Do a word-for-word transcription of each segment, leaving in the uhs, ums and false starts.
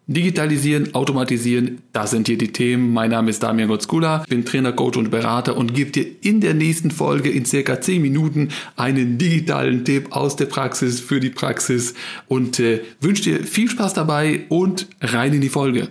Digitalisieren, automatisieren, das sind hier die Themen. Mein Name ist Damian Gotzkula, bin Trainer, Coach und Berater und gebe dir in der nächsten Folge in circa zehn Minuten einen digitalen Tipp aus der Praxis für die Praxis und äh, wünsche dir viel Spaß dabei und rein in die Folge.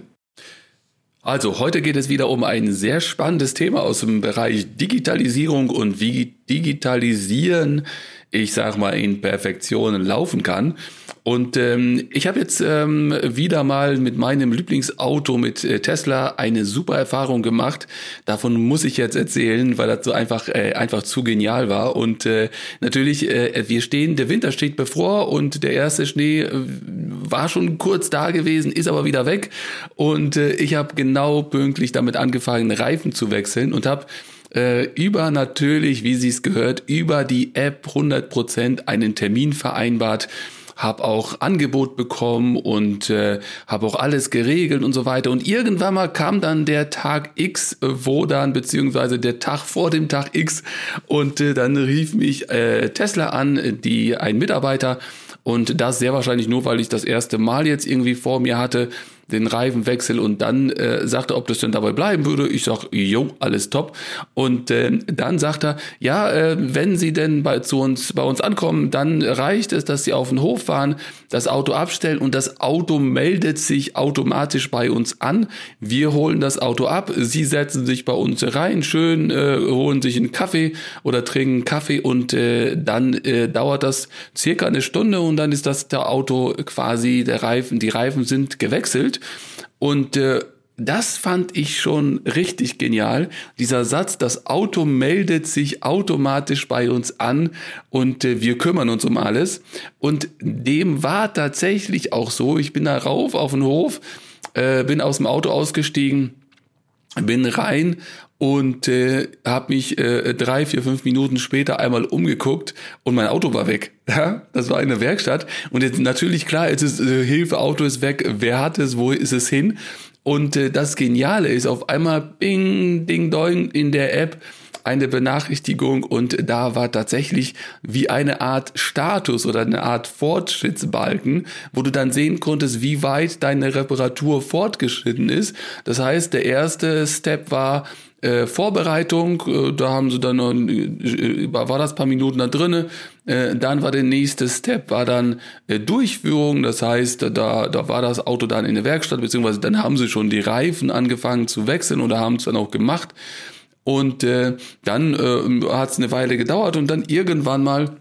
Also, heute geht es wieder um ein sehr spannendes Thema aus dem Bereich Digitalisierung und wie Digitalisieren, ich sag mal, in Perfektion laufen kann. Und ähm, ich habe jetzt ähm, wieder mal mit meinem Lieblingsauto, mit äh, Tesla, eine super Erfahrung gemacht. Davon muss ich jetzt erzählen, weil das so einfach äh, einfach zu genial war. Und äh, natürlich, äh, wir stehen, der Winter steht bevor und der erste Schnee äh, war schon kurz da gewesen, ist aber wieder weg. Und äh, ich habe genau pünktlich damit angefangen, Reifen zu wechseln und habe Äh, über natürlich, wie sie es gehört, über die App hundert Prozent einen Termin vereinbart, habe auch Angebot bekommen und äh, habe auch alles geregelt und so weiter. Und irgendwann mal kam dann der Tag X, wo dann, beziehungsweise der Tag vor dem Tag X, und äh, dann rief mich äh, Tesla an, die ein Mitarbeiter, und das sehr wahrscheinlich nur, weil ich das erste Mal jetzt irgendwie vor mir hatte, den Reifenwechsel, und dann äh, sagte, ob das denn dabei bleiben würde. Ich sag, jo, alles top. Und äh, dann sagt er, ja, äh, wenn Sie denn bei zu uns bei uns ankommen, dann reicht es, dass Sie auf den Hof fahren, das Auto abstellen und das Auto meldet sich automatisch bei uns an. Wir holen das Auto ab, Sie setzen sich bei uns rein, schön, äh, holen sich einen Kaffee oder trinken einen Kaffee und äh, dann äh, dauert das circa eine Stunde und dann ist das der Auto quasi, der Reifen, die Reifen sind gewechselt. Und äh, das fand ich schon richtig genial. Dieser Satz, das Auto meldet sich automatisch bei uns an und äh, wir kümmern uns um alles. Und dem war tatsächlich auch so. Ich bin da rauf auf den Hof, äh, bin aus dem Auto ausgestiegen, bin rein und äh, habe mich äh, drei, vier, fünf Minuten später einmal umgeguckt und mein Auto war weg. Ja, das war in der Werkstatt und jetzt natürlich klar, jetzt ist äh, Hilfe, Auto ist weg, wer hat es, wo ist es hin? Und äh, das Geniale ist, auf einmal bing, ding, dong in der App eine Benachrichtigung und da war tatsächlich wie eine Art Status oder eine Art Fortschrittsbalken, wo du dann sehen konntest, wie weit deine Reparatur fortgeschritten ist. Das heißt, der erste Step war äh, Vorbereitung, äh, da haben sie dann noch, äh, war das paar Minuten da drinne. Äh, dann war der nächste Step, war dann äh, Durchführung, das heißt, da, da war das Auto dann in der Werkstatt, beziehungsweise dann haben sie schon die Reifen angefangen zu wechseln oder haben es dann auch gemacht. Und äh, dann äh, hat es eine Weile gedauert und dann irgendwann mal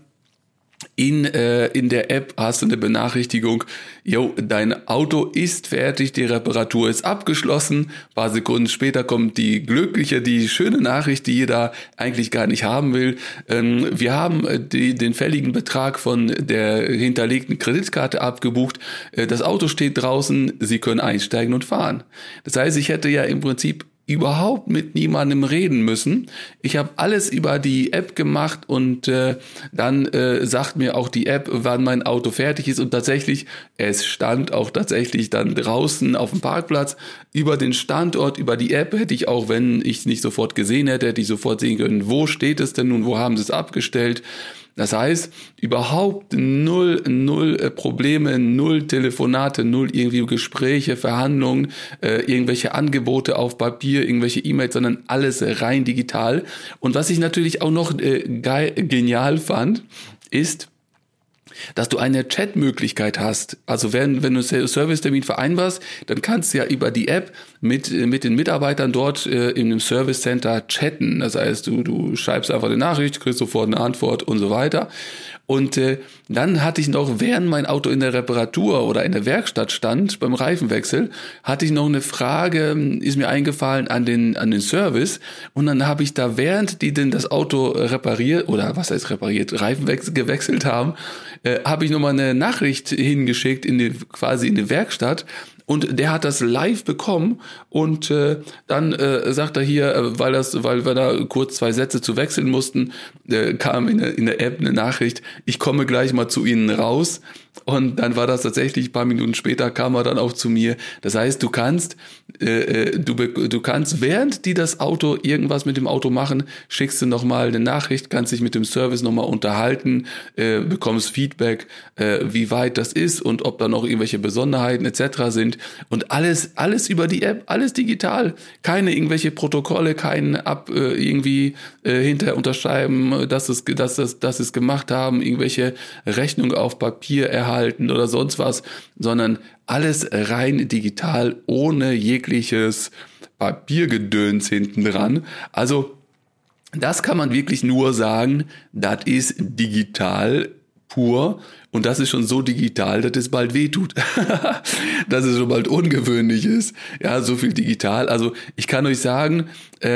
in äh, in der App hast du eine Benachrichtigung, jo, dein Auto ist fertig, die Reparatur ist abgeschlossen. Ein paar Sekunden später kommt die glückliche, die schöne Nachricht, die jeder eigentlich gar nicht haben will. Ähm, wir haben die, den fälligen Betrag von der hinterlegten Kreditkarte abgebucht. Äh, das Auto steht draußen, Sie können einsteigen und fahren. Das heißt, ich hätte ja im Prinzip überhaupt mit niemandem reden müssen. Ich habe alles über die App gemacht und äh, dann äh, sagt mir auch die App, wann mein Auto fertig ist und tatsächlich, es stand auch tatsächlich dann draußen auf dem Parkplatz. Über den Standort, über die App hätte ich auch, wenn ich es nicht sofort gesehen hätte, hätte ich sofort sehen können, wo steht es denn nun, wo haben sie es abgestellt. Das heißt, überhaupt null, null Probleme, null Telefonate, null irgendwie Gespräche, Verhandlungen, äh, irgendwelche Angebote auf Papier, irgendwelche E-Mails, sondern alles rein digital. Und was ich natürlich auch noch äh, geil, genial fand, ist, dass du eine Chatmöglichkeit hast. Also wenn, wenn du einen Servicetermin vereinbarst, dann kannst du ja über die App mit, mit den Mitarbeitern dort äh, in dem Service Center chatten. Das heißt, du, du schreibst einfach eine Nachricht, kriegst sofort eine Antwort und so weiter. Und äh, dann hatte ich noch, während mein Auto in der Reparatur oder in der Werkstatt stand, beim Reifenwechsel, hatte ich noch eine Frage, ist mir eingefallen an den an den Service. Und dann habe ich da, während die denn das Auto repariert, oder was heißt repariert, Reifenwechsel gewechselt haben, äh, habe ich nochmal eine Nachricht hingeschickt in die, quasi in die Werkstatt. Und der hat das live bekommen und äh, dann äh, sagt er hier, äh, weil das, weil wir da kurz zwei Sätze zu wechseln mussten, äh, kam in der, in der App eine Nachricht, ich komme gleich mal zu Ihnen raus. Und dann war das tatsächlich, ein paar Minuten später kam er dann auch zu mir. Das heißt, du kannst, äh, du, du kannst, während die das Auto, irgendwas mit dem Auto machen, schickst du nochmal eine Nachricht, kannst dich mit dem Service nochmal unterhalten, äh, bekommst Feedback, äh, wie weit das ist und ob da noch irgendwelche Besonderheiten et cetera sind. Und alles, alles über die App, alles digital. Keine irgendwelche Protokolle, kein Ab, äh, irgendwie äh, hinterher unterschreiben, dass es, dass es, dass es gemacht haben, irgendwelche Rechnungen auf Papier erhalten oder sonst was, sondern alles rein digital, ohne jegliches Papiergedöns hinten dran. Also das kann man wirklich nur sagen, das ist digital pur und das ist schon so digital, dass es bald wehtut, dass es schon bald ungewöhnlich ist, ja, so viel digital. Also ich kann euch sagen,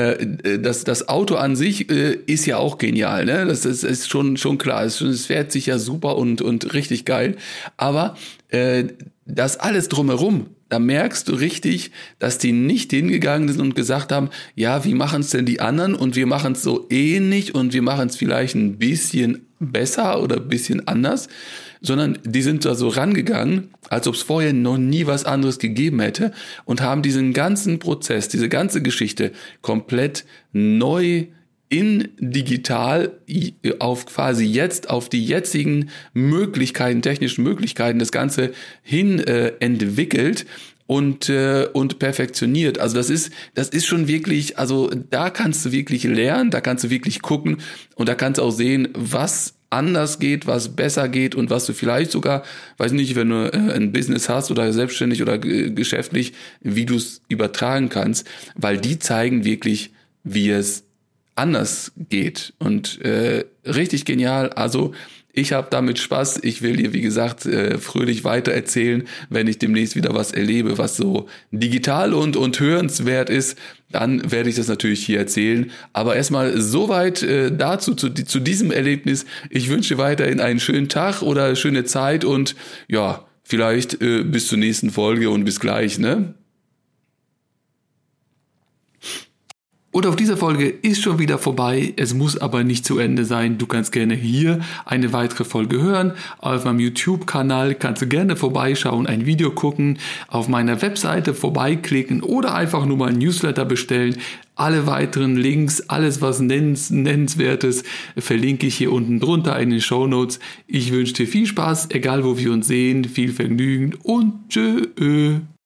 äh, dass das Auto an sich äh, ist ja auch genial, ne? Das ist, ist schon schon klar, es, es fährt sich ja super und und richtig geil, aber äh, das alles drumherum, da merkst du richtig, dass die nicht hingegangen sind und gesagt haben, ja, wie machen es denn die anderen und wir machen es so ähnlich und wir machen es vielleicht ein bisschen besser oder ein bisschen anders, sondern die sind da so rangegangen, als ob es vorher noch nie was anderes gegeben hätte und haben diesen ganzen Prozess, diese ganze Geschichte komplett neu in digital auf quasi jetzt, auf die jetzigen Möglichkeiten, technischen Möglichkeiten, das Ganze hin äh, entwickelt und äh, und perfektioniert. Also das ist das ist schon wirklich, also da kannst du wirklich lernen, da kannst du wirklich gucken und da kannst du auch sehen, was anders geht, was besser geht und was du vielleicht sogar, weiß nicht, wenn du äh, ein Business hast oder selbstständig oder äh, geschäftlich, wie du es übertragen kannst, weil die zeigen wirklich, wie es anders geht und äh, richtig genial. Also ich habe damit Spaß. Ich will dir, wie gesagt, äh, fröhlich weiter erzählen, wenn ich demnächst wieder was erlebe, was so digital und und hörenswert ist, dann werde ich das natürlich hier erzählen. Aber erstmal soweit äh, dazu, zu, zu diesem Erlebnis. Ich wünsche dir weiterhin einen schönen Tag oder eine schöne Zeit und ja, vielleicht äh, bis zur nächsten Folge und bis gleich, ne? Und auf dieser Folge ist schon wieder vorbei, es muss aber nicht zu Ende sein. Du kannst gerne hier eine weitere Folge hören. Auf meinem YouTube-Kanal kannst du gerne vorbeischauen, ein Video gucken, auf meiner Webseite vorbeiklicken oder einfach nur mal ein Newsletter bestellen. Alle weiteren Links, alles was nennens, Nennenswertes, verlinke ich hier unten drunter in den Shownotes. Ich wünsche dir viel Spaß, egal wo wir uns sehen, viel Vergnügen und tschö.